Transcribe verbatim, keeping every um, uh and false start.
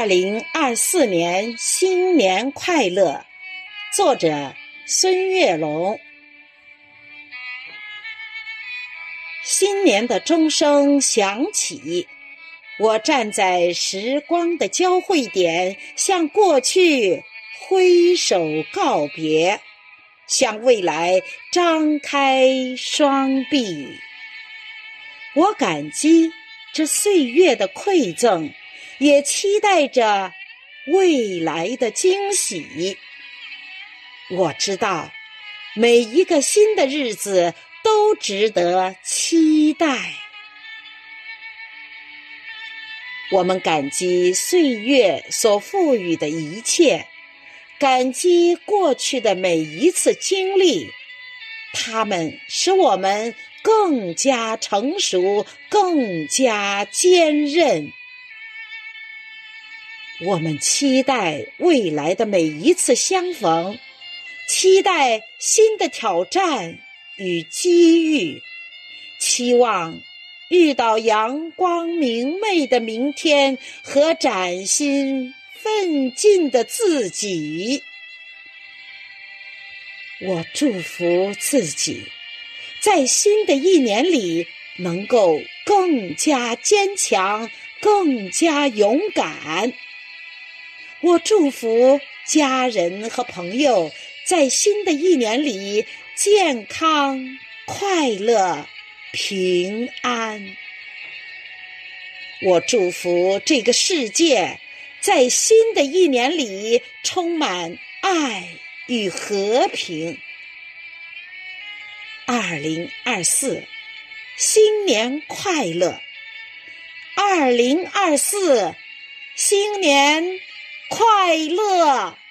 二零二四年新年快乐，作者孙月龙。新年的钟声响起，我站在时光的交汇点，向过去挥手告别，向未来张开双臂。我感激这岁月的馈赠，也期待着未来的惊喜。我知道，每一个新的日子都值得期待。我们感激岁月所赋予的一切，感激过去的每一次经历，它们使我们更加成熟，更加坚韧。我们期待未来的每一次相逢，期待新的挑战与机遇，期望遇到阳光明媚的明天和崭新奋进的自己。我祝福自己，在新的一年里能够更加坚强，更加勇敢。我祝福家人和朋友在新的一年里健康、快乐、平安。我祝福这个世界在新的一年里充满爱与和平。二零二四，新年快乐！二零二四，新年快乐！